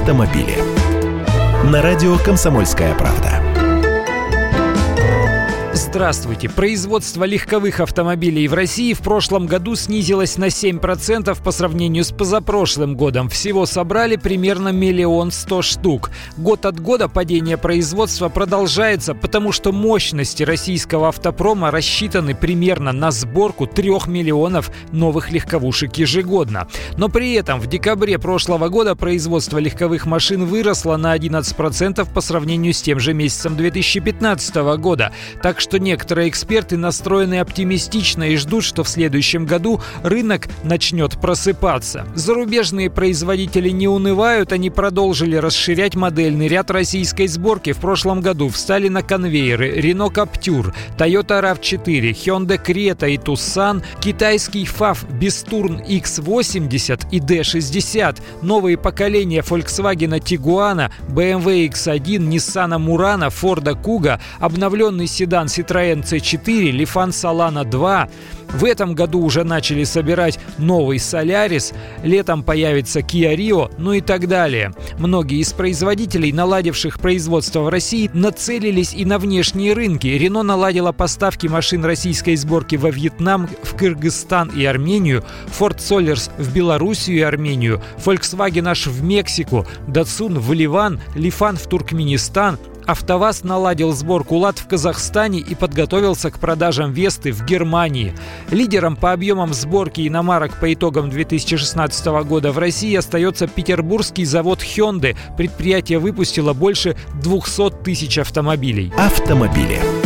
автомобили. На радио «Комсомольская правда». Здравствуйте. Производство легковых автомобилей в России в прошлом году снизилось на 7% по сравнению с позапрошлым годом. Всего собрали примерно 1 100 000 штук. Год от года падение производства продолжается, потому что мощности российского автопрома рассчитаны примерно на сборку 3 миллионов новых легковушек ежегодно. Но при этом в декабре прошлого года производство легковых машин выросло на 11% по сравнению с тем же месяцем 2015 года. Так что некоторые эксперты настроены оптимистично и ждут, что в следующем году рынок начнет просыпаться. Зарубежные производители не унывают, они продолжили расширять модельный ряд российской сборки. В прошлом году встали на конвейеры Renault Captur, Toyota RAV4, Hyundai Creta и Tucson, китайский FAW Bistourn X80 и D60, новые поколения Volkswagen Tiguan, BMW X1, Nissan Murano, Ford Kuga, обновленный седан Citroën C4, Lifan Solana 2. В этом году уже начали собирать новый Solaris, летом появится Kia Rio, ну и так далее. Многие из производителей, наладивших производство в России, нацелились и на внешние рынки. Renault наладила поставки машин российской сборки во Вьетнам, в Кыргызстан и Армению, Ford Solers в Белоруссию и Армению, Volkswagen аж в Мексику, Datsun в Ливан, Lifan в Туркменистан. АвтоВАЗ наладил сборку ЛАД в Казахстане и подготовился к продажам Весты в Германии. Лидером по объемам сборки иномарок по итогам 2016 года в России остается петербургский завод Hyundai. Предприятие выпустило больше 200 000 автомобилей. Автомобили.